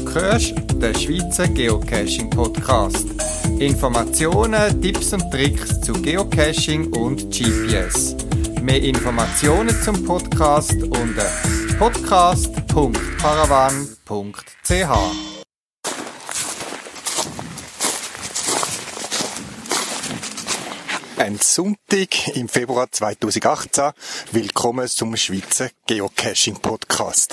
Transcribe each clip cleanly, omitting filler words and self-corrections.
hörst den Schweizer Geocaching-Podcast. Informationen, Tipps und Tricks zu Geocaching und GPS. Mehr Informationen zum Podcast unter podcast.paravan.ch. Ein Sonntag im Februar 2018. Willkommen zum Schweizer Geocaching-Podcast.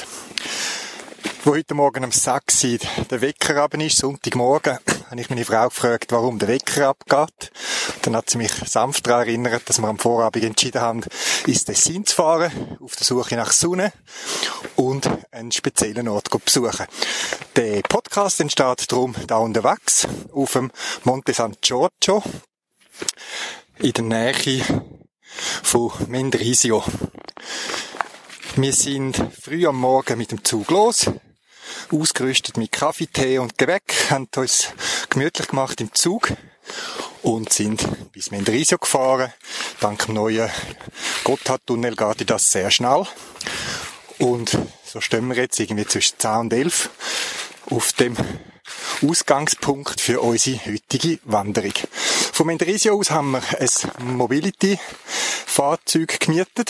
Wo heute Morgen am 6 Uhr der Wecker runter ist, Sonntagmorgen, habe ich meine Frau gefragt, warum der Wecker abgeht. Dann hat sie mich sanft daran erinnert, dass wir am Vorabend entschieden haben, ins Tessin zu fahren, auf der Suche nach Sonne und einen speziellen Ort zu besuchen. Der Podcast entsteht darum da unterwegs, auf dem Monte San Giorgio, in der Nähe von Mendrisio. Wir sind früh am Morgen mit dem Zug los, ausgerüstet mit Kaffee, Tee und Gebäck, haben uns gemütlich gemacht im Zug und sind bis Mendrisio gefahren. Dank dem neuen Gotthardtunnel geht das sehr schnell. Und so stehen wir jetzt irgendwie zwischen 10 und 11 auf dem Ausgangspunkt für unsere heutige Wanderung. Von Mendrisio aus haben wir ein Mobility-Fahrzeug gemietet.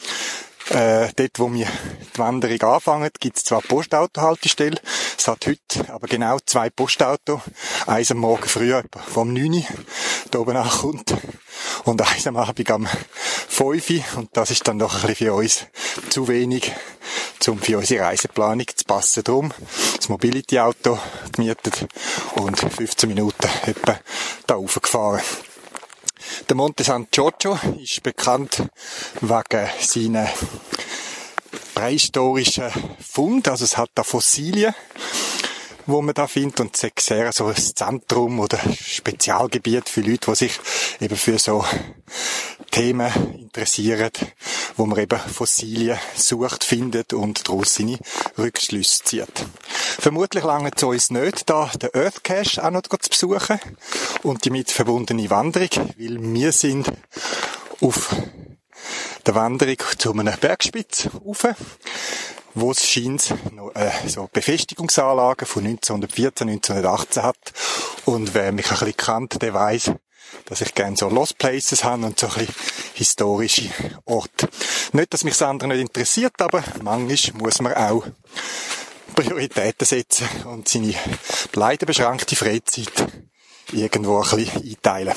Dort, wo wir die Wanderung anfangen, gibt es zwar Postautohaltestelle. Es hat heute aber genau 2 Postauto. Eins am Morgen früh, etwa vom 9 Uhr, da oben ankommt. Und eins am Abend am 5 Uhr. Und das ist dann doch ein bisschen für uns zu wenig, um für unsere Reiseplanung zu passen. Darum das Mobility-Auto gemietet und 15 Minuten etwa da raufgefahren. Der Monte San Giorgio ist bekannt wegen seinen prähistorischen Fund. Also es hat da Fossilien, wo man da findet, und es ist sehr so ein Zentrum oder Spezialgebiet für Leute, die sich eben für so Themen interessieren, wo man eben Fossilien sucht, findet und daraus seine Rückschlüsse zieht. Vermutlich lange es uns nicht, da den Earth Cache auch noch zu besuchen und die mit verbundene Wanderung, weil wir sind auf der Wanderung zu einer Bergspitze rauf, wo es scheint noch so Befestigungsanlagen von 1914, 1918 hat. Und wer mich ein bisschen kennt, der weiss, dass ich gerne so Lost Places habe und so ein bisschen historische Orte. Nicht, dass mich das andere nicht interessiert, aber manchmal muss man auch Prioritäten setzen und seine leider beschränkte Freizeit irgendwo ein bisschen einteilen.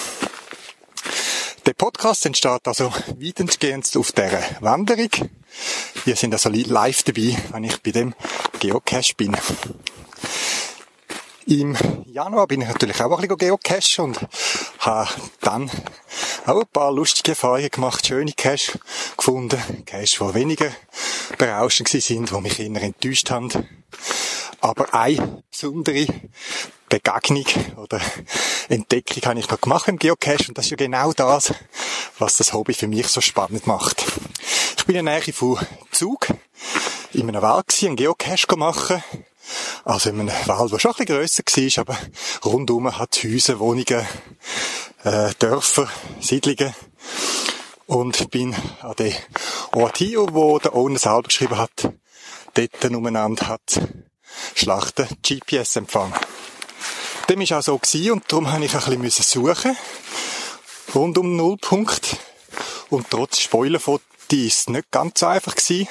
Der Podcast entsteht also weitestgehend auf dieser Wanderung. Wir sind also live dabei, wenn ich bei dem Geocache bin. Im Januar bin ich natürlich auch ein bisschen geocachen und habe dann auch ein paar lustige Erfahrungen gemacht, schöne Cache gefunden. Cache, die weniger berauschend sind, die mich eher enttäuscht haben. Aber eine besondere Begegnung oder Entdeckung habe ich noch gemacht im Geocache, und das ist ja genau das, was das Hobby für mich so spannend macht. Ich bin in der Nähe von Zug in einem Wald gewesen, einen Geocache machen. Also in einem Wald, der schon ein bisschen grösser war, aber rundum hat es Häuser, Wohnungen, Dörfer, Siedlungen. Und bin an den Ort hier, wo der Owner selber geschrieben hat, dort umeinander hat Schlachten GPS-Empfang. Dem war auch so gewesen, und darum musste ich ein bisschen suchen. Rund um den Nullpunkt. Und trotz Spoilerfoto ist es nicht ganz so einfach gewesen.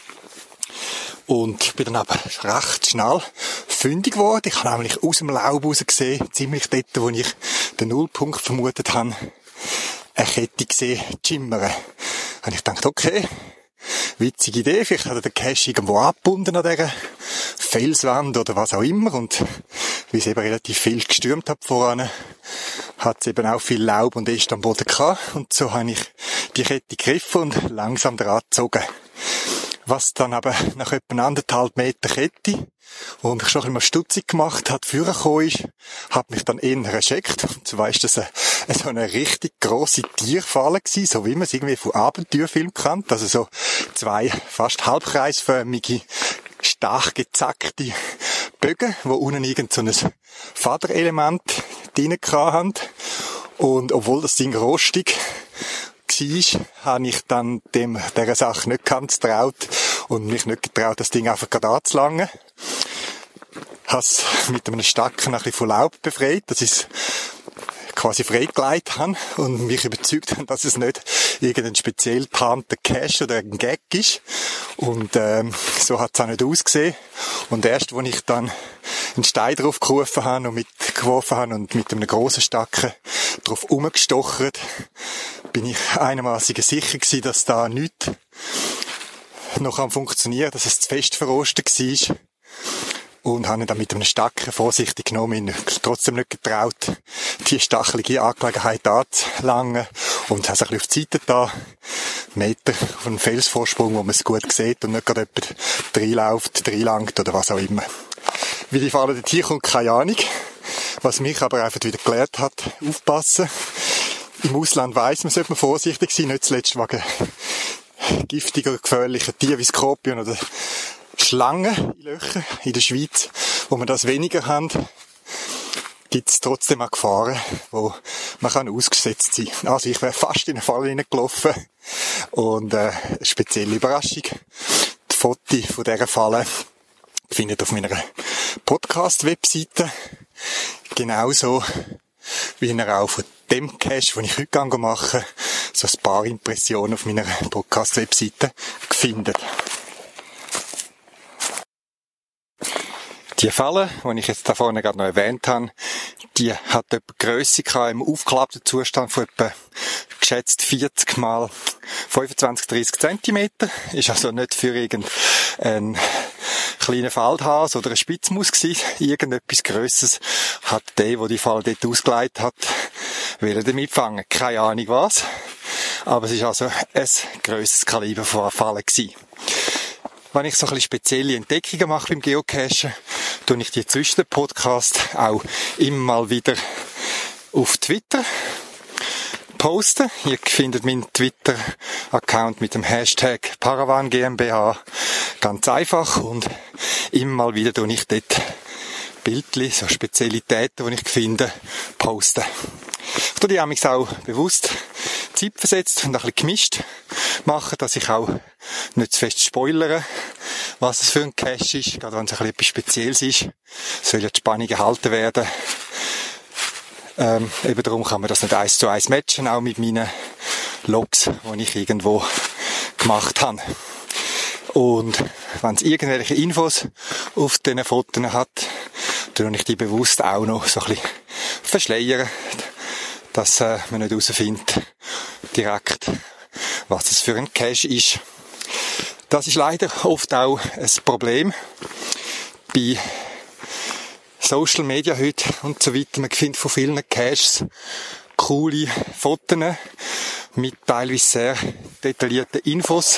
Und bin dann aber recht schnell fündig geworden. Ich habe nämlich aus dem Laub raus gesehen, ziemlich dort, wo ich den Nullpunkt vermutet habe, eine Kette gesehen, schimmern. Und ich dachte, okay, witzige Idee, vielleicht hat er den Cache irgendwo abgebunden an dieser Felswand oder was auch immer. Und wie es eben relativ viel gestürmt hat voran, hat es eben auch viel Laub und Äste am Boden gehabt. Und so habe ich die Kette gegriffen und langsam dran gezogen. Was dann aber nach etwa 1,5 Meter Kette, wo mich schon ein bisschen stutzig gemacht hat, vorgekommen ist, hat mich dann eher erschreckt. Und so weisst, dass so eine richtig grosse Tierfalle war, so wie man es irgendwie von Abenteuerfilmen kennt. Also so 2 fast halbkreisförmige, stark gezackte Bögen, wo unten irgend so ein Faderelement drin haben. Und obwohl das Ding rostig war, habe ich dann dieser Sache nicht ganz getraut und mich nicht getraut, das Ding einfach gerade anzulangen. habe es mit einem Stacken ein bisschen von Laub befreit, dass ich es quasi freigelegt habe und mich überzeugt habe, dass es nicht irgendein speziell getarnter Cache oder ein Gag ist. Und so hat es auch nicht ausgesehen. Und erst, als ich dann einen Stein drauf geworfen habe und mit einem grossen Stacken drauf rumgestochert, bin ich einigermaßen sicher gewesen, dass da nichts noch funktionieren kann, dass es zu fest verrostet war. Und habe ihn dann mit einem Stacken vorsichtig genommen, ihn trotzdem nicht getraut, die stachelige Angelegenheit anzulangen. Und habe es ein bisschen auf die Seite da, Meter auf einen Felsvorsprung, wo man es gut sieht und nicht gerade jemand reinlangt oder was auch immer. Wie die Falle dorthin kommt, keine Ahnung. Was mich aber einfach wieder gelernt hat, aufpassen. Im Ausland weiss man, sollte man vorsichtig sein, nicht zuletzt wegen giftiger, gefährlicher Tiere wie Skorpion oder Schlangen in Löchern. In der Schweiz, wo wir das weniger haben, gibt es trotzdem auch Gefahren, wo man ausgesetzt sein kann. Also ich wäre fast in eine Falle hineingelaufen und eine spezielle Überraschung. Die Fotos von dieser Falle findet ihr auf meiner Podcast-Webseite. Genauso wie ihr auch von dem Cache, den ich heute mache, so ein paar Impressionen auf meiner Podcast-Webseite findet. Die Falle, die ich jetzt da vorne gerade noch erwähnt habe, die hat etwa Grösse im aufgeklappten Zustand von etwa geschätzt 40 mal 25, 30 Zentimeter. Ist also nicht für irgendeinen kleinen Feldhase oder eine Spitzmaus gewesen. Irgendetwas Grösses hat der die Falle dort ausgelegt hat, will damit fangen. Keine Ahnung was. Aber es ist also ein grösses Kaliber von einer Falle gewesen. Wenn ich so ein bisschen spezielle Entdeckungen mache beim Geocachen, tue ich die zwischen den Podcasts auch immer mal wieder auf Twitter posten. Ihr findet meinen Twitter-Account mit dem Hashtag Paravan GmbH ganz einfach und immer mal wieder tue ich dort Bildchen, so Spezialitäten, die ich finde, posten. Ich tue die auch bewusst zeitversetzt und ein bisschen gemischt machen, dass ich auch nicht zu fest spoilere, was es für ein Cache ist, gerade wenn es ein bisschen etwas Spezielles ist. Soll ja die Spannung gehalten werden. Eben darum kann man das nicht 1:1 matchen, auch mit meinen Logs, die ich irgendwo gemacht habe. Und wenn es irgendwelche Infos auf diesen Fotos hat, dann ich die bewusst auch noch so ein bisschen verschleiern, dass man nicht herausfindet direkt, was es für ein Cache ist. Das ist leider oft auch ein Problem bei Social Media heute und so weiter. Man findet von vielen Caches coole Fotos mit teilweise sehr detaillierten Infos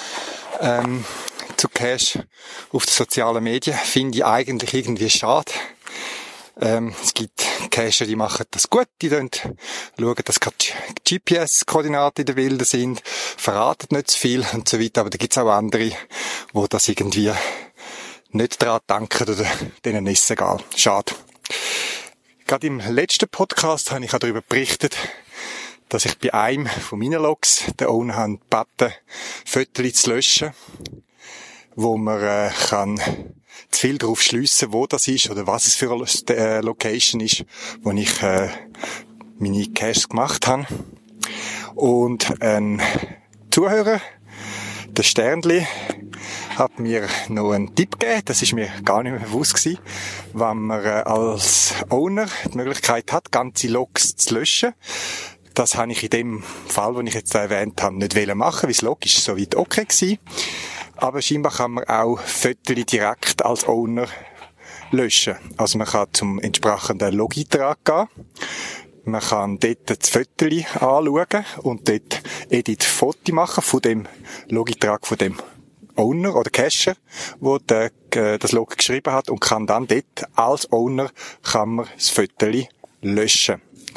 zu Cache auf den sozialen Medien. Finde ich eigentlich irgendwie schade. Es gibt Cacher, die machen das gut, die schauen, dass keine GPS-Koordinaten in den Bildern sind, verraten nicht zu viel und so weiter, aber da gibt es auch andere, die das irgendwie nicht daran denken oder denen ist es egal. Schade. Gerade im letzten Podcast habe ich auch darüber berichtet, dass ich bei einem von meinen Logs den Owner habe gebeten, Fotos zu löschen, wo man kann zu viel darauf schliessen, wo das ist oder was es für eine Location ist, wo ich meine Caches gemacht habe. Und ein Zuhörer, der Sternli, hat mir noch einen Tipp gegeben, das ist mir gar nicht mehr bewusst gewesen, wenn man als Owner die Möglichkeit hat, ganze Logs zu löschen. Das habe ich in dem Fall, den ich jetzt erwähnt habe, nicht machen, weil das Log ist soweit okay gewesen. Aber scheinbar kann man auch Fotos direkt als Owner löschen. Also man kann zum entsprechenden Log-Eintrag gehen. Man kann dort das Foto anschauen und dort Edit-Foto machen von dem Log-Eintrag von dem Owner oder Cacher, der das Log geschrieben hat und kann dann dort als Owner kann man das Foto löschen.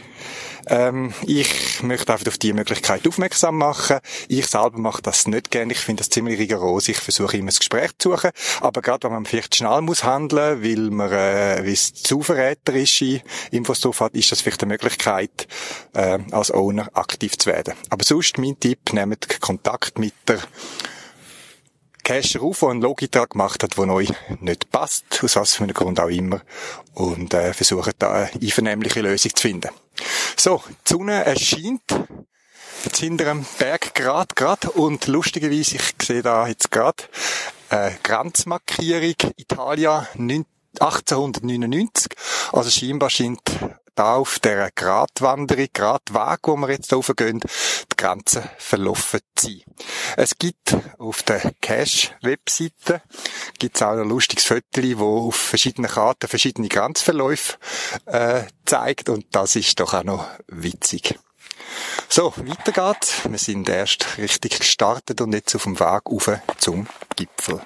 Ich möchte einfach auf diese Möglichkeit aufmerksam machen. Ich selber mache das nicht gerne. Ich finde das ziemlich rigoros. Ich versuche immer das Gespräch zu suchen. Aber gerade wenn man vielleicht schnell muss handeln, weil man, weil es zu verräterische Infos drauf hat, ist das vielleicht eine Möglichkeit, als Owner aktiv zu werden. Aber sonst mein Tipp, nehmt Kontakt mit der Cacher auf, der einen Logeintrag gemacht hat, der euch nicht passt, aus was für einem Grund auch immer, und versucht da eine einvernehmliche Lösung zu finden. So, die Sonne erscheint jetzt hinter einem Berggrat gerade, und lustigerweise, ich sehe da jetzt gerade Grenzmarkierung Italia 1899, also scheinbar scheint da auf der Gratwanderung, Gratweg, wo wir jetzt raufgehen, die Grenze verlaufen zu sein. Es gibt auf der Cache-Webseite gibt's auch ein lustiges Foto, wo auf verschiedenen Karten verschiedene Grenzverläufe zeigt, und das ist doch auch noch witzig. So, weiter geht's. Wir sind erst richtig gestartet und jetzt auf dem Weg rauf zum Gipfel.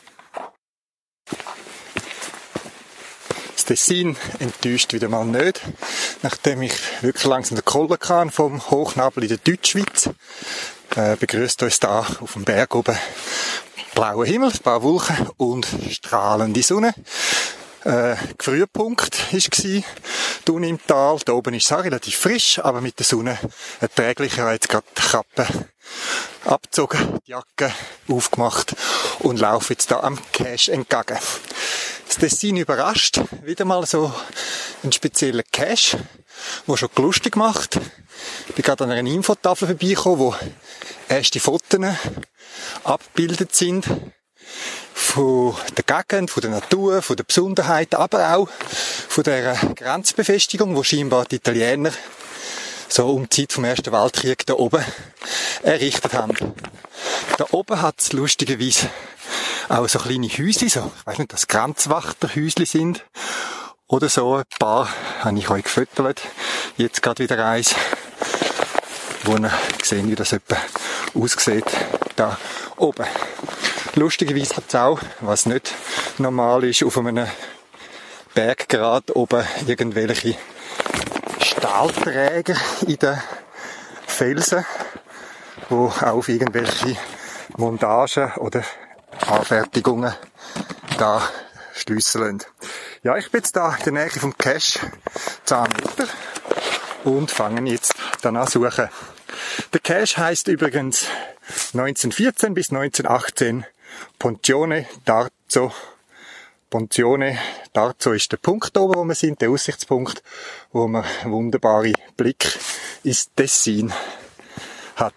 Das Tessin enttäuscht wieder mal nicht, nachdem ich wirklich langsam den Koller kam vom Hochnabel in der Deutschschweiz. Begrüßt uns da auf dem Berg oben blauer Himmel, ein paar Wolken und strahlende Sonne. Frühpunkt war unten im Tal. Da oben ist es auch relativ frisch, aber mit der Sonne erträglich. Ich habe jetzt gerade die Kappe abgezogen, die Jacke aufgemacht und laufe jetzt da am Cache entgegen. Das Tessin überrascht. Wieder mal so einen speziellen Cache, der schon lustig macht. Ich bin gerade an einer Infotafel vorbeigekommen, wo erste Fotos abgebildet sind. Von der Gegend, von der Natur, von der Besonderheit, aber auch von der Grenzbefestigung, wo scheinbar die Italiener so um die Zeit vom Ersten Weltkrieg da oben errichtet haben. Da oben hat es lustigerweise auch so kleine Häuschen, so, ich weiss nicht, dass Grenzwachterhäuschen sind oder so. Ein paar habe ich euch gefüttert. Jetzt gerade wieder eins, wo ihr seht, wie das etwa aussieht, da oben. Lustigerweise hat es auch, was nicht normal ist, auf einem Berggrat oben irgendwelche Stahlträger in den Felsen, wo auf irgendwelche Montagen oder Anfertigungen da schlüsseln. Ja, ich bin jetzt da in der Nähe vom Cache 10 Meter und fange jetzt dann an zu suchen. Der Cache heisst übrigens 1914 bis 1918 Ponzione d'Arzo. Ponzione d'Arzo ist der Punkt oben, wo wir sind, der Aussichtspunkt, wo man einen wunderbaren Blick ins Tessin hat.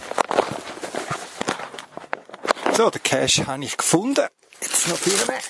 So, den Cache habe ich gefunden. Jetzt noch vorne.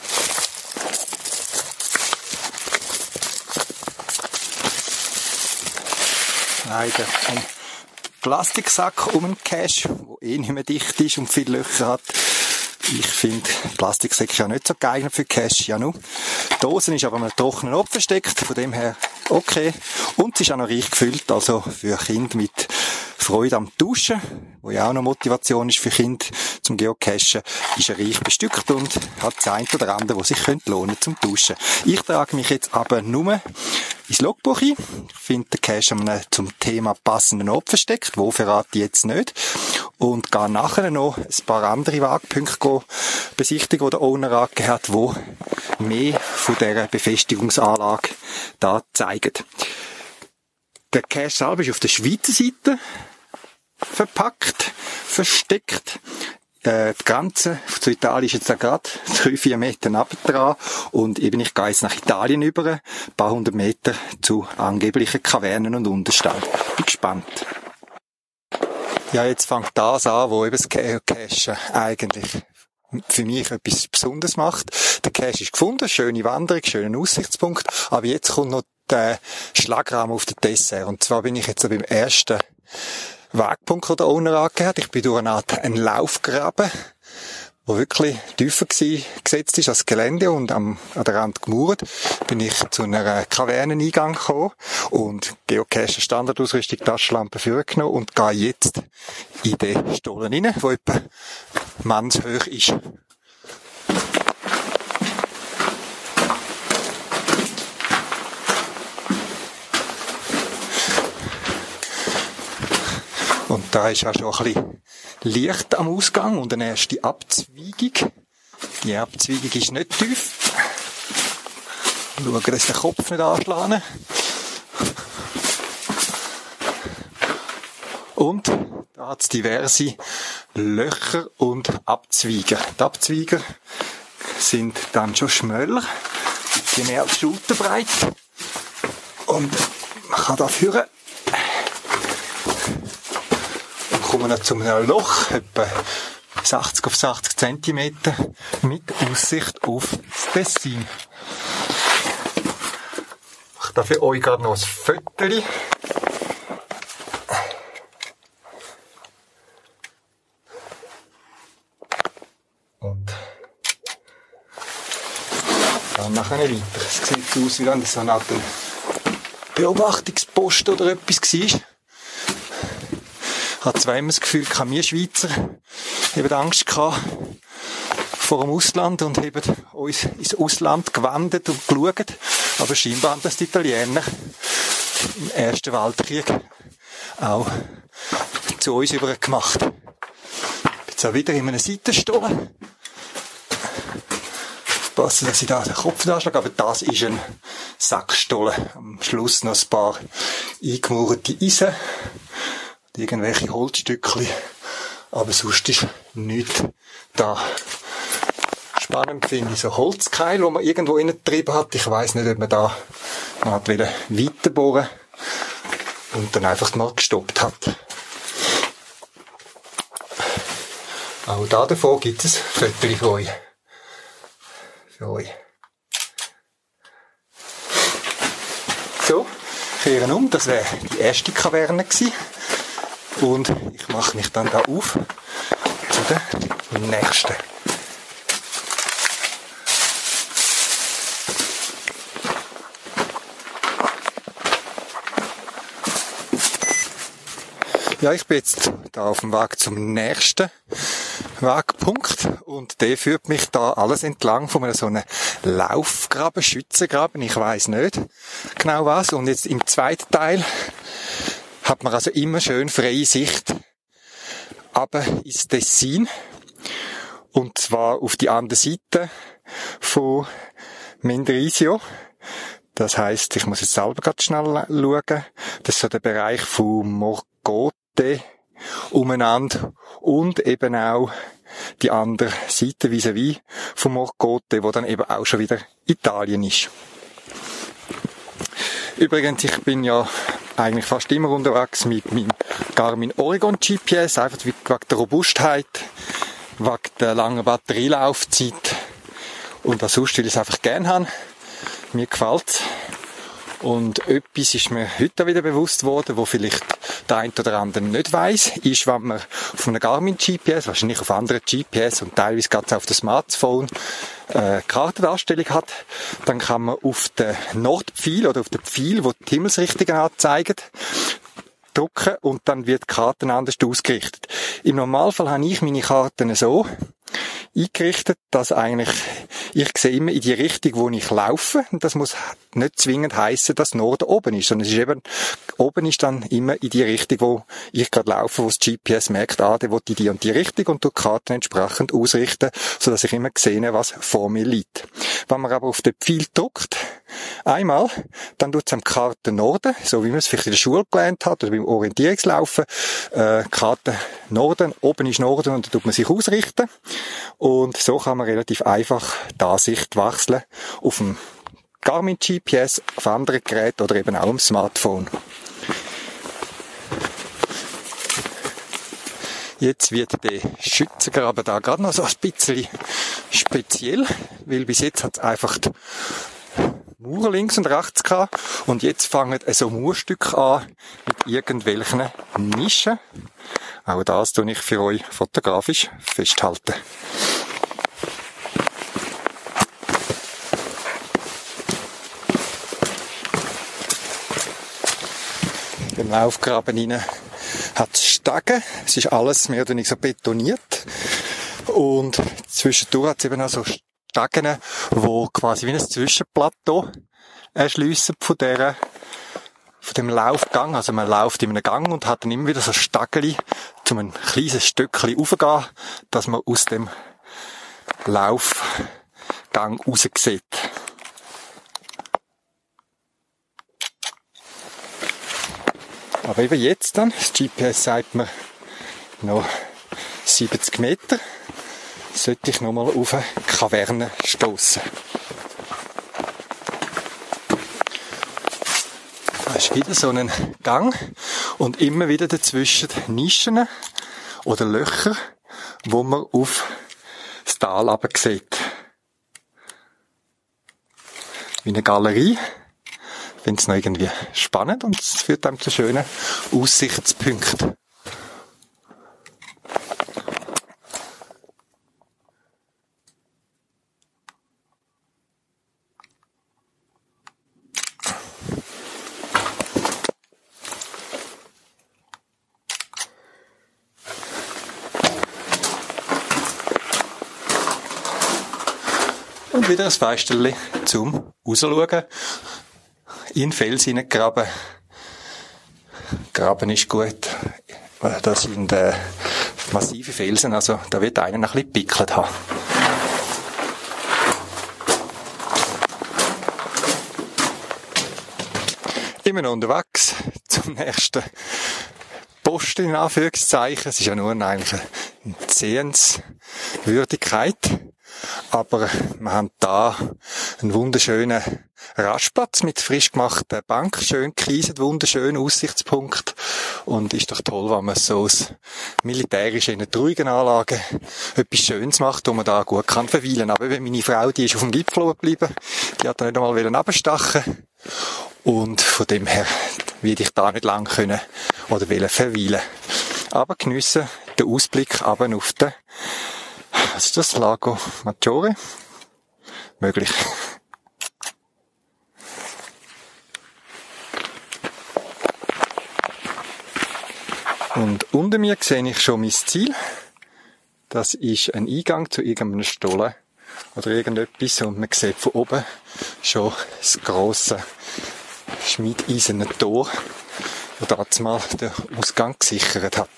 Leider ein Plastiksack um einen Cache, der nicht mehr dicht ist und viele Löcher hat. Ich finde Plastiksäcke ja nicht so geeignet für Cache, ja nur. Die Dose ist aber mit einem trockenen Opfer versteckt, von dem her okay. Und sie ist auch noch reich gefüllt, also für Kinder mit Freude am Duschen, wo ja auch noch Motivation ist für Kinder zum Geocachen, ist er reich bestückt und hat das eine oder andere, was sich lohnen zum Duschen. Ich trage mich jetzt aber nur ins Logbuch ein. Ich finde den Cache zum Thema passenden Ort versteckt, wo verrate ich jetzt nicht. Und gehe nachher noch ein paar andere Wegpunkte besichtigen, die der Owner angegeben hat, wo mehr von dieser Befestigungsanlage da zeigen. Der Cache selber ist auf der Schweizer Seite verpackt, versteckt. Die Grenze zu Italien ist jetzt da gerade 3-4 Meter nebendran und eben ich gehe jetzt nach Italien über, ein paar hundert Meter zu angeblichen Kavernen und Unterstand. Bin gespannt. Ja, jetzt fängt das an, wo eben das Geocachen eigentlich für mich etwas Besonderes macht. Der Cache ist gefunden, schöne Wanderung, schöner Aussichtspunkt, aber jetzt kommt noch der Schlagrahmen auf den Dessert. Und zwar bin ich jetzt beim ersten Wegpunkt, den der Owner angegeben hat. Ich bin durch eine Art einen Laufgraben, wo wirklich tiefer gesetzt ist als das Gelände und an der Rand gemauert, bin ich zu einer Kaverneneingang gekommen und Geocache Standardausrüstung, Taschenlampe vorgenommen und gehe jetzt in den Stollen rein, der etwa mannshoch ist. Und da ist auch schon ein bisschen Licht am Ausgang und eine erste Abzweigung. Die Abzweigung ist nicht tief. Schauen, dass der Kopf nicht anschlägt. Und da hat es diverse Löcher und Abzweiger. Die Abzweiger sind dann schon schmäler, die mehr als schulterbreit. Und man kann da führen. Dann kommen wir noch zu einem Loch, etwa 60 auf 60 cm, mit Aussicht auf das Tessin. Ich mache da für euch gerade noch ein Foto. Und dann nachher weiter. Es sieht aus, wie wenn das so eine Art Beobachtungspost oder etwas war. Ich hatte zweimal das Gefühl, wir Schweizer haben Angst gehabt vor dem Ausland und haben uns ins Ausland gewendet und geschaut. Aber scheinbar haben das die Italiener im Ersten Weltkrieg auch zu uns übergemacht. Jetzt auch wieder in einem Seitenstollen. Aufpassen, dass ich da den Kopf anschlage, aber das ist ein Sackstollen. Am Schluss noch ein paar eingemauerte Eisen, irgendwelche Holzstückchen, aber sonst ist nichts da. Spannend finde ich so Holzkeil, wo man irgendwo reingetrieben hat. Ich weiss nicht, ob man da hat weiterbohren und dann einfach mal gestoppt hat. Auch da davon gibt es Fotos für euch. So, kehren um. Das wäre die erste Kaverne gewesen. Und ich mache mich dann da auf zu der nächsten. Ja, ich bin jetzt da auf dem Weg zum nächsten Wegpunkt und der führt mich da alles entlang von so einem Laufgraben, Schützengraben, ich weiss nicht genau was. Und jetzt im zweiten Teil hat man also immer schön freie Sicht aber ins Tessin und zwar auf die andere Seite von Mendrisio. Das heisst, ich muss jetzt selber ganz schnell schauen, das ist so der Bereich von Morcote umeinander und eben auch die andere Seite vis-à-vis von Morcote, wo dann eben auch schon wieder Italien ist. Übrigens, ich bin ja eigentlich fast immer unterwegs mit meinem Garmin Oregon GPS, einfach wegen der Robustheit, wegen der langen Batterielaufzeit und was sonst, weil ich es einfach gerne habe. Mir gefällt's. Und etwas ist mir heute wieder bewusst worden, wo vielleicht der ein oder andere nicht weiss, ist, wenn man auf einem Garmin GPS, wahrscheinlich auf anderen GPS und teilweise gerade auf dem Smartphone Kartendarstellung hat, dann kann man auf den Nordpfeil oder auf den Pfeil, wo die Himmelsrichtungen anzeigt, drücken und dann wird die Karte anders ausgerichtet. Im Normalfall habe ich meine Karten so eingerichtet, dass eigentlich ich sehe immer in die Richtung, wo ich laufe. Und das muss nicht zwingend heissen, dass Norden oben ist, sondern es ist eben, oben ist dann immer in die Richtung, wo ich gerade laufe, wo das GPS merkt, der will in die und die Richtung und die Karten entsprechend ausrichten, sodass ich immer sehe, was vor mir liegt. Wenn man aber auf den Pfeil drückt, einmal, dann tut es am Karten Norden, so wie man es vielleicht in der Schule gelernt hat oder beim Orientierungslaufen, Karten Norden, oben ist Norden und dann tut man sich ausrichten. Und so kann man relativ einfach die Ansicht wechseln auf dem Garmin GPS, auf anderen Geräten oder eben auch am Smartphone. Jetzt wird der Schützengraben da gerade noch so ein bisschen speziell, weil bis jetzt hat es einfach die Mauer links und rechts gehabt und jetzt fangen so Mauerstücke an mit irgendwelchen Nischen. Auch das tue ich für euch fotografisch festhalten. Im Laufgraben hinein hat es Stegen. Es ist alles mehr oder weniger so betoniert. Und zwischendurch hat es eben auch so Stegen, die quasi wie ein Zwischenplateau erschliessen von dem Laufgang. Also man läuft in einem Gang und hat dann immer wieder so Stegen, um ein kleines Stückchen raufzugehen, dass man aus dem Laufgang raus sieht. Aber eben jetzt dann, das GPS sagt mir noch 70 Meter sollte ich nochmal auf eine Kaverne stossen. Da ist wieder so ein Gang und immer wieder dazwischen Nischen oder Löcher, wo man auf das Tal runter sieht. Wie eine Galerie. Ich finde es noch irgendwie spannend und es führt einem zu schönen Aussichtspunkten. Und wieder ein Fensterchen zum Rausschauen. In den Fels hineingraben. Graben ist gut. Das sind massive Felsen, also da wird einer noch ein bisschen gepickelt haben. Immer noch unterwegs zum nächsten Posten, in Anführungszeichen. Es ist ja nur eigentlich eine Sehenswürdigkeit. Aber wir haben da einen wunderschönen Rastplatz mit frisch gemachter Bank, schön gekieset, wunderschönen Aussichtspunkt. Und ist doch toll, wenn man so aus militärischen, ruhigen Anlagen etwas Schönes macht, wo man da gut kann verweilen. Aber meine Frau, die ist auf dem Gipfel geblieben, die hat da nicht einmal runterstachen. Und von dem her werde ich da nicht lang können oder verweilen. Aber geniessen den Ausblick runter auf den, was ist das? Lago Maggiore? Möglich. Und unter mir sehe ich schon mein Ziel. Das ist ein Eingang zu irgendeinem Stollen oder irgendetwas. Und man sieht von oben schon das grosse schmiedeiserne Tor, das damals mal den Ausgang gesichert hat.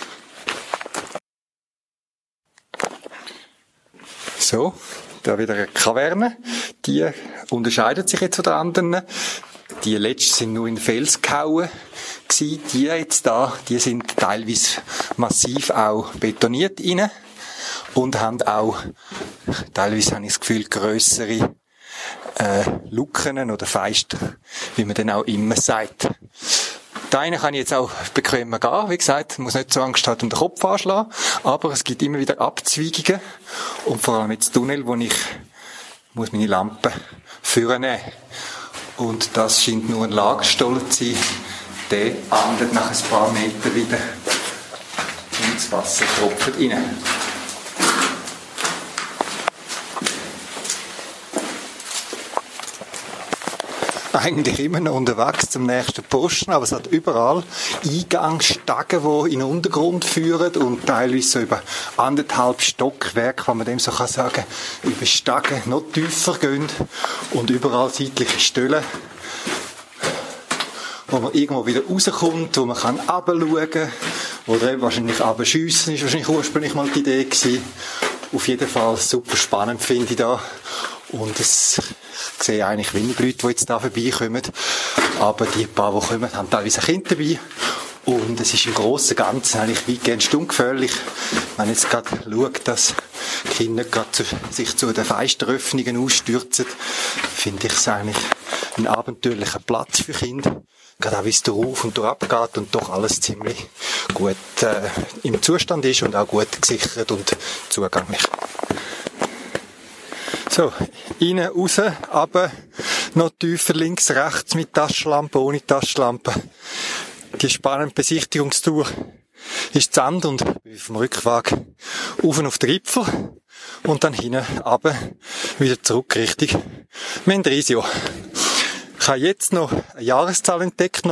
So, da wieder eine Kaverne. Die unterscheidet sich jetzt von den anderen. Die letzten sind nur in den Fels gehauen gewesen. Die jetzt da, die sind teilweise massiv auch betoniert rein und haben auch, teilweise habe ich das Gefühl, grössere Luken oder Feister, wie man dann auch immer sagt. Da eine kann ich jetzt auch bequemer gehen, wie gesagt, muss nicht so Angst haben, um den Kopf anschlagen, aber es gibt immer wieder Abzweigungen und vor allem jetzt Tunnel, wo ich muss meine Lampe vornehmen. Und das scheint nur ein Lagerstollen zu sein. Der andert nach ein paar Metern wieder und das Wasser tropft rein. Eigentlich immer noch unterwegs zum nächsten Posten, aber es hat überall Eingangsstagen, die in den Untergrund führen und teilweise so über 1,5 Stockwerke, wenn man dem so kann sagen, über Stagen noch tiefer gehen und überall seitliche Stellen, wo man irgendwo wieder rauskommt, wo man kann runterschauen kann oder eben wahrscheinlich runterschiessen, ist wahrscheinlich ursprünglich mal die Idee gewesen. Auf jeden Fall super spannend finde ich da. Und ich sehe eigentlich wenig Leute, die jetzt da vorbeikommen. Aber die paar, die kommen, haben teilweise ein Kind dabei. Und es ist im Großen und Ganzen eigentlich weitgehend ungefährlich. Wenn man jetzt gerade schaut, dass die Kinder nicht gerade sich zu den Fensteröffnungen ausstürzen, finde ich es eigentlich ein abenteuerlicher Platz für Kinder. Gerade auch, wie es drauf und durch abgeht und doch alles ziemlich gut im Zustand ist und auch gut gesichert und zugänglich. So, rein, raus, runter, noch tiefer, links, rechts mit Taschenlampe, ohne Taschenlampe. Die spannende Besichtigungstour ist zu Ende und vom Rückweg auf den Gipfel und dann hinten runter, wieder zurück Richtung Mendrisio. Ich habe jetzt noch eine Jahreszahl entdeckt,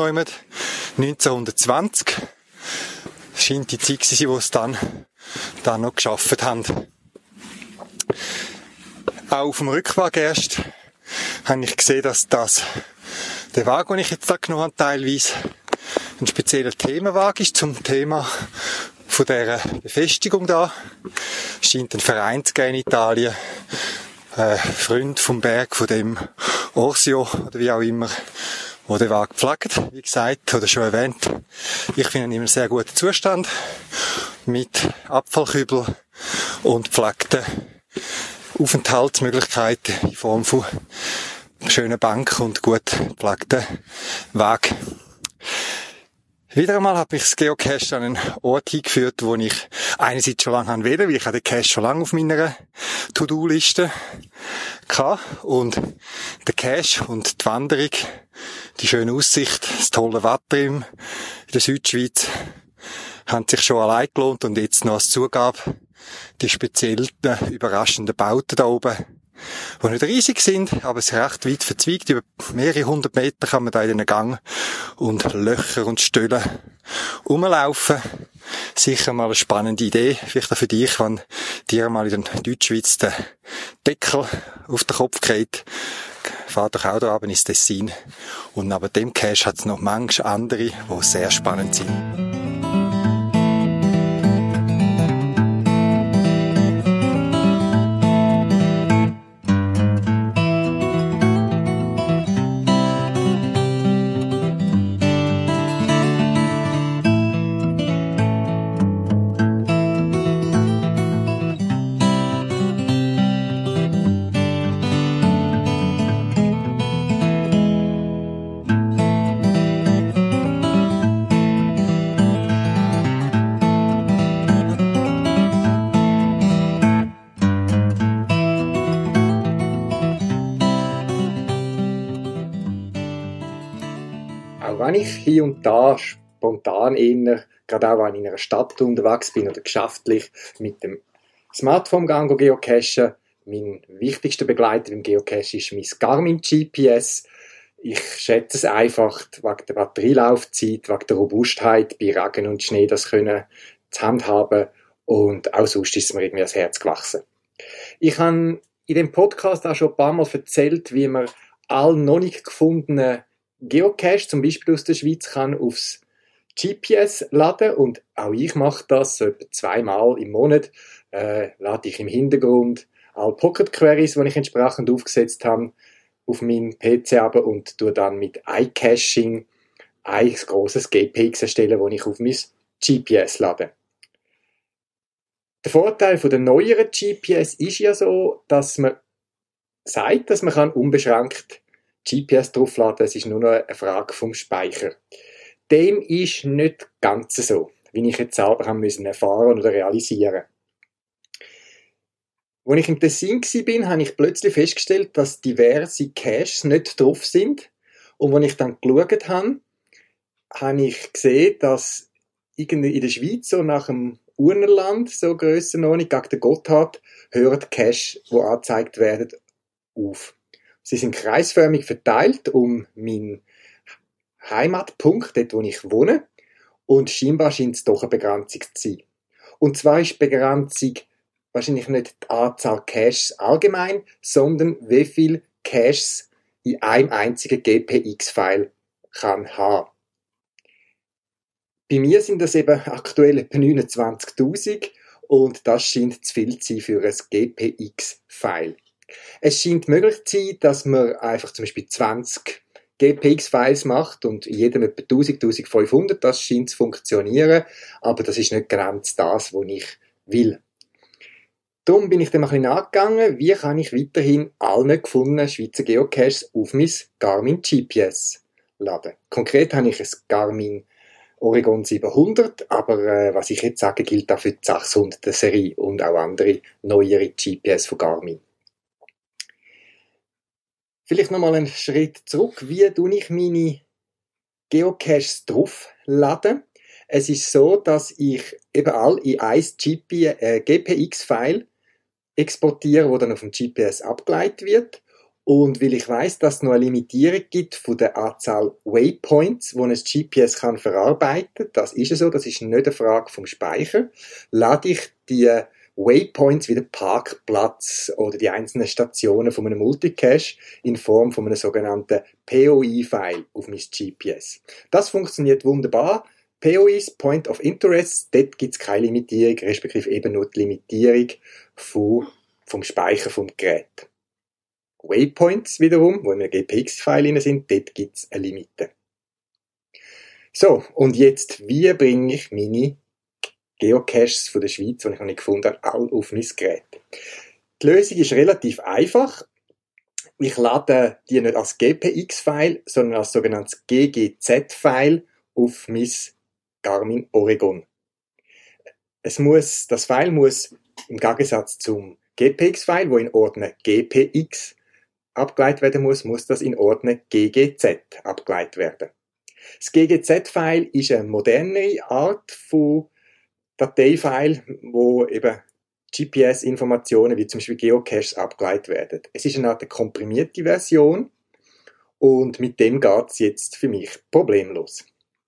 1920. Das scheint die Zeit zu sein, wo es dann noch geschafft haben. Auch auf dem Rückweg erst habe ich gesehen, dass der Wagen, den ich jetzt da genommen habe, teilweise ein spezieller Themenwagen ist zum Thema von dieser Befestigung da. Es scheint ein Verein zu geben in Italien, Freund vom Berg, von dem Orsio oder wie auch immer, wo der Wagen pflegt, wie gesagt, oder schon erwähnt. Ich finde ihn in einem sehr guten Zustand mit Abfallkübel und gepflegten Aufenthaltsmöglichkeiten in Form von schönen Bank und gut gepflegten Weg. Wieder einmal habe ich das Geocache an einen Ort hingeführt, wo ich einerseits schon lange wollte, weil ich den Cache schon lange auf meiner To-Do-Liste hatte. Und der Cache und die Wanderung, die schöne Aussicht, das tolle Wetter in der Südschweiz, haben sich schon allein gelohnt. Und jetzt noch als Zugabe die speziellen, überraschenden Bauten da oben, die nicht riesig sind, aber es ist recht weit verzweigt. Über mehrere 100 Meter kann man da in den Gang und Löcher und Stöllen rumlaufen. Sicher mal eine spannende Idee, vielleicht auch für dich, wenn dir mal in der Deutschschweiz der Deckel auf den Kopf geht. Fahr doch auch da runter ins Tessin. Und neben dem Cache hat es noch manche andere, die sehr spannend sind. Auch wenn ich hier und da spontan eher, gerade auch wenn ich in einer Stadt unterwegs bin oder geschäftlich mit dem Smartphone geocachen, mein wichtigster Begleiter im Geocache ist mein Garmin GPS. Ich schätze es einfach wegen der Batterielaufzeit, wegen der Robustheit, bei Regen und Schnee das können zu handhaben, und auch sonst ist es mir irgendwie ans Herz gewachsen. Ich habe in dem Podcast auch schon ein paar Mal erzählt, wie man all noch nicht gefundenen Geocache, zum Beispiel aus der Schweiz, kann aufs GPS laden, und auch ich mache das so etwa 2-mal im Monat. Lade ich im Hintergrund alle Pocket Queries, die ich entsprechend aufgesetzt habe, auf meinen PC ab und tue dann mit iCaching ein grosses GPX erstellen, das ich auf mein GPS lade. Der Vorteil von der neueren GPS ist ja so, dass man sagt, dass man unbeschränkt GPS draufladen kann. Es ist nur noch eine Frage vom Speicher. Dem ist nicht ganz so, wie ich jetzt selber haben müssen erfahren oder realisieren. Als ich im Tessin war, habe ich plötzlich festgestellt, dass diverse Caches nicht drauf sind. Und als ich dann geschaut habe, habe ich gesehen, dass in der Schweiz, so nach dem Urnerland, so Grössenordnung, gegen den Gotthard, hören Caches, die angezeigt werden, auf. Sie sind kreisförmig verteilt um meinen Heimatpunkt, dort wo ich wohne, und scheinbar scheint es doch eine Begrenzung zu sein. Und zwar ist die Begrenzung wahrscheinlich nicht die Anzahl Caches allgemein, sondern wie viele Caches in einem einzigen GPX-File kann haben. Bei mir sind das eben aktuell etwa 29.000 und das scheint zu viel zu sein für ein GPX-File. Es scheint möglich zu sein, dass man einfach zum Beispiel 20 GPX-Files macht und in jedem etwa 1000, 1500, das scheint zu funktionieren, aber das ist nicht ganz das, was ich will. Darum bin ich dann mal ein bisschen nachgegangen, wie kann ich weiterhin alle nicht gefundenen Schweizer Geocaches auf mein Garmin GPS laden. Konkret habe ich ein Garmin Oregon 700, aber was ich jetzt sage, gilt auch für die 600er Serie und auch andere neuere GPS von Garmin. Vielleicht nochmal einen Schritt zurück. Wie tue ich meine Geocaches draufladen? Es ist so, dass ich eben all in ein GPX-File exportiere, wo dann auf dem GPS abgeleitet wird. Und weil ich weiss, dass es noch eine Limitierung gibt von der Anzahl Waypoints, die ein GPS kann verarbeiten kann, das ist ja so, das ist nicht eine Frage vom Speicher, lade ich die Waypoints wie den Parkplatz oder die einzelnen Stationen von einem Multicache in Form von einem sogenannten POI-File auf mein GPS. Das funktioniert wunderbar. POIs, Point of Interest, dort gibt es keine Limitierung, respektive eben nur die Limitierung vom Speicher vom Gerät. Waypoints wiederum, wo in einem GPX-File sind, dort gibt es eine Limite. So, und jetzt, wie bringe ich meine Geocaches von der Schweiz, die ich noch nicht gefunden habe, alle auf mein Gerät. Die Lösung ist relativ einfach. Ich lade die nicht als GPX-File, sondern als sogenanntes GGZ-File auf mein Garmin Oregon. Das File muss im Gegensatz zum GPX-File, wo in Ordner GPX abgeleitet werden muss das in Ordner GGZ abgeleitet werden. Das GGZ-File ist eine modernere Art von Dateifile, wo eben GPS-Informationen wie zum Beispiel Geocaches abgeleitet werden. Es ist eine Art komprimierte Version und mit dem geht es jetzt für mich problemlos.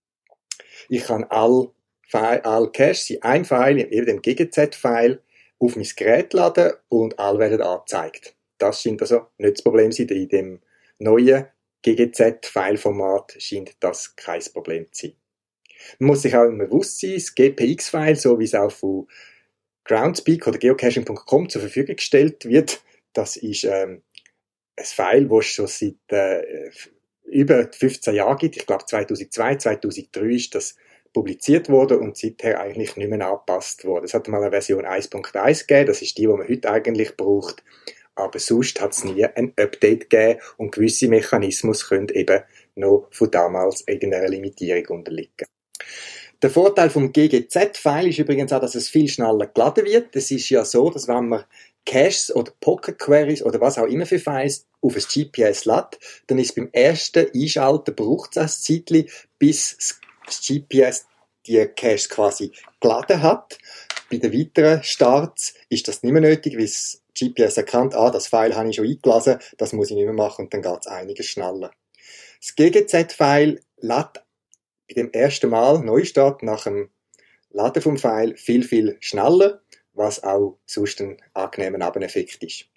Ich kann alle Caches in ein File, eben dem GGZ-File, auf mein Gerät laden und alle werden angezeigt. Das scheint also nicht das Problem zu sein. In dem neuen GGZ-File-Format scheint das kein Problem zu sein. Man muss sich auch immer bewusst sein, das GPX-File, so wie es auch von Groundspeak oder geocaching.com zur Verfügung gestellt wird, das ist ein File, das es schon seit über 15 Jahren gibt. Ich glaube 2002, 2003 ist das publiziert worden und seither eigentlich nicht mehr angepasst worden. Es hat mal eine Version 1.1 gegeben, das ist die man heute eigentlich braucht, aber sonst hat es nie ein Update gegeben und gewisse Mechanismen können eben noch von damals irgendeiner Limitierung unterliegen. Der Vorteil vom GGZ-File ist übrigens auch, dass es viel schneller geladen wird. Es ist ja so, dass wenn man Caches oder Pocket Queries oder was auch immer für Files auf ein GPS lädt, dann ist beim ersten Einschalten braucht es ein Zeitchen, bis das GPS die Caches quasi geladen hat. Bei den weiteren Starts ist das nicht mehr nötig, weil das GPS erkannt, das File habe ich schon eingeladen, das muss ich nicht mehr machen und dann geht es einiges schneller. Das GGZ-File lädt bei dem ersten Mal Neustart nach dem Laden vom File viel, viel schneller, was auch sonst ein angenehmer Nebeneffekt ist.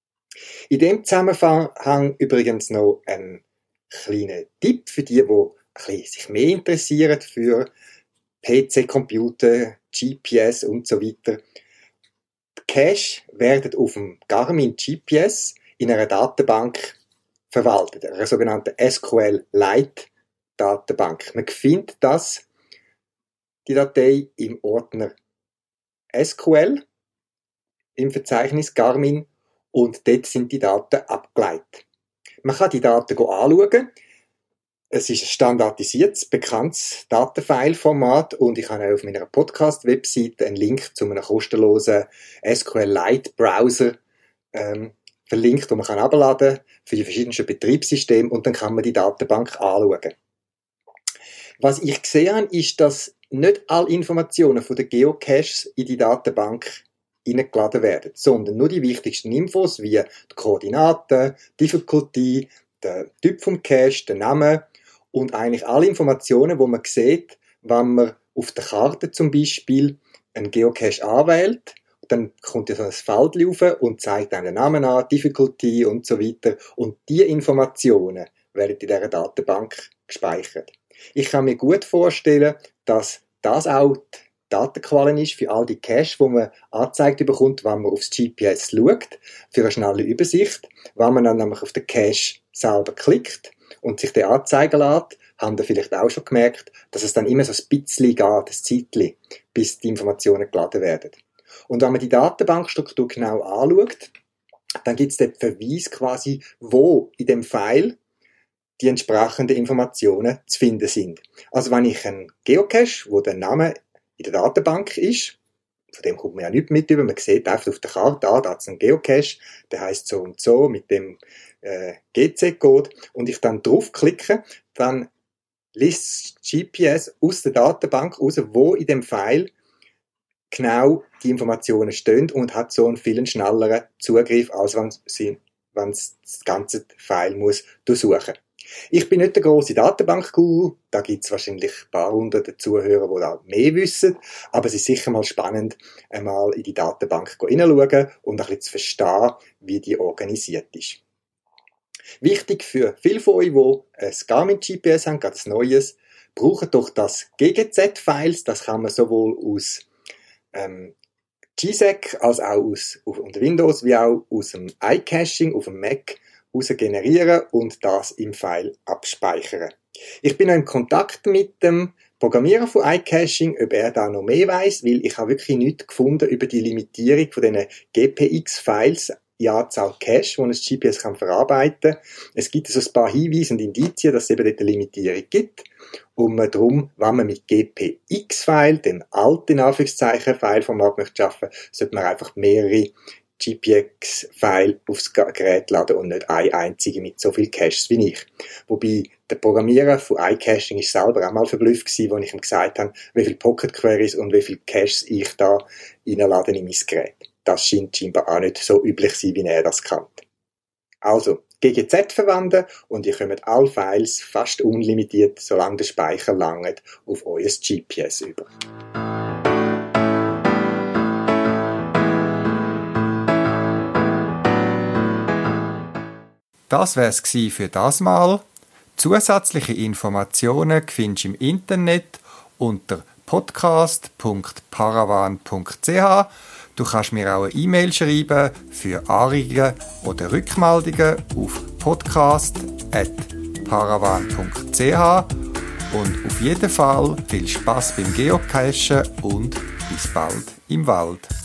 In dem Zusammenhang übrigens noch ein kleiner Tipp für die sich mehr interessieren für PC, Computer, GPS und so weiter. Die Cache werden auf dem Garmin GPS in einer Datenbank verwaltet, einer sogenannten SQL-Lite Datenbank. Man findet die Datei im Ordner SQL im Verzeichnis Garmin und dort sind die Daten abgeleitet. Man kann die Daten anschauen. Es ist ein standardisiertes, bekanntes Datenfile-Format und ich habe auch auf meiner Podcast-Webseite einen Link zu einem kostenlosen SQL-Lite-Browser verlinkt, den man herunterladen kann für die verschiedenen Betriebssysteme und dann kann man die Datenbank anschauen. Was ich gesehen habe, ist, dass nicht alle Informationen von den Geocaches in die Datenbank hineingeladen werden, sondern nur die wichtigsten Infos wie die Koordinaten, Difficulty, der Typ vom Cache, der Name und eigentlich alle Informationen, die man sieht, wenn man auf der Karte zum Beispiel einen Geocache anwählt. Dann kommt ja so ein Feld rauf und zeigt einem den Namen an, Difficulty und so weiter. Und diese Informationen werden in dieser Datenbank gespeichert. Ich kann mir gut vorstellen, dass das auch die Datenquelle ist für all die Caches, die man angezeigt bekommt, wenn man aufs GPS schaut, für eine schnelle Übersicht. Wenn man dann nämlich auf den Cache selber klickt und sich den anzeigen lässt, haben Sie vielleicht auch schon gemerkt, dass es dann immer so ein bisschen geht, ein Zeitchen, bis die Informationen geladen werden. Und wenn man die Datenbankstruktur genau anschaut, dann gibt es dort Verweis quasi, wo in dem File die entsprechenden Informationen zu finden sind. Also wenn ich einen Geocache, wo der Name in der Datenbank ist, von dem kommt man ja nichts mit über, man sieht einfach auf der Karte, da hat es einen Geocache, der heisst so und so mit dem GC-Code und ich dann draufklicke, dann liest das GPS aus der Datenbank raus, wo in dem File genau die Informationen stehen und hat so einen viel schnelleren Zugriff, als wenn es das ganze File muss durchsuchen. Ich bin nicht der grosse Datenbank-Guru, da gibt es wahrscheinlich ein paar hunderte Zuhörer, die da mehr wissen, aber es ist sicher mal spannend, einmal in die Datenbank hineinschauen und ein bisschen zu verstehen, wie die organisiert ist. Wichtig für viele von euch, die ein Garmin-GPS haben, gerade ein neues, brauchen doch das GGZ-Files, das kann man sowohl aus GSEC als auch unter Windows wie auch aus dem iCaching auf dem Mac raus generieren und das im File abspeichern. Ich bin noch in Kontakt mit dem Programmierer von iCaching, ob er da noch mehr weiss, weil ich habe wirklich nichts gefunden über die Limitierung von diesen GPX-Files, die Anzahl Cache, die ein GPS verarbeiten kann. Es gibt also ein paar Hinweise und Indizien, dass es eben dort eine Limitierung gibt. Und darum, wenn man mit GPX-File, dem alten Anführungszeichen-File-Format möchte arbeiten, sollte man einfach mehrere GPX-File aufs Gerät laden und nicht eine einzige mit so viel Caches wie ich. Wobei der Programmierer von iCaching ist selber auch mal verblüfft gewesen, als ich ihm gesagt habe, wie viele Pocket Queries und wie viele Caches ich da reinlade in mein Gerät. Das scheint scheinbar auch nicht so üblich zu sein, wie er das kennt. Also, GGZ verwenden und ihr kommt alle Files fast unlimitiert, solange der Speicher langt, auf euer GPS über. Das wär's für das Mal. Zusätzliche Informationen findest du im Internet unter podcast.paravan.ch. Du kannst mir auch eine E-Mail schreiben für Anregungen oder Rückmeldungen auf podcast.paravan.ch. Und auf jeden Fall viel Spaß beim Geocachen und bis bald im Wald.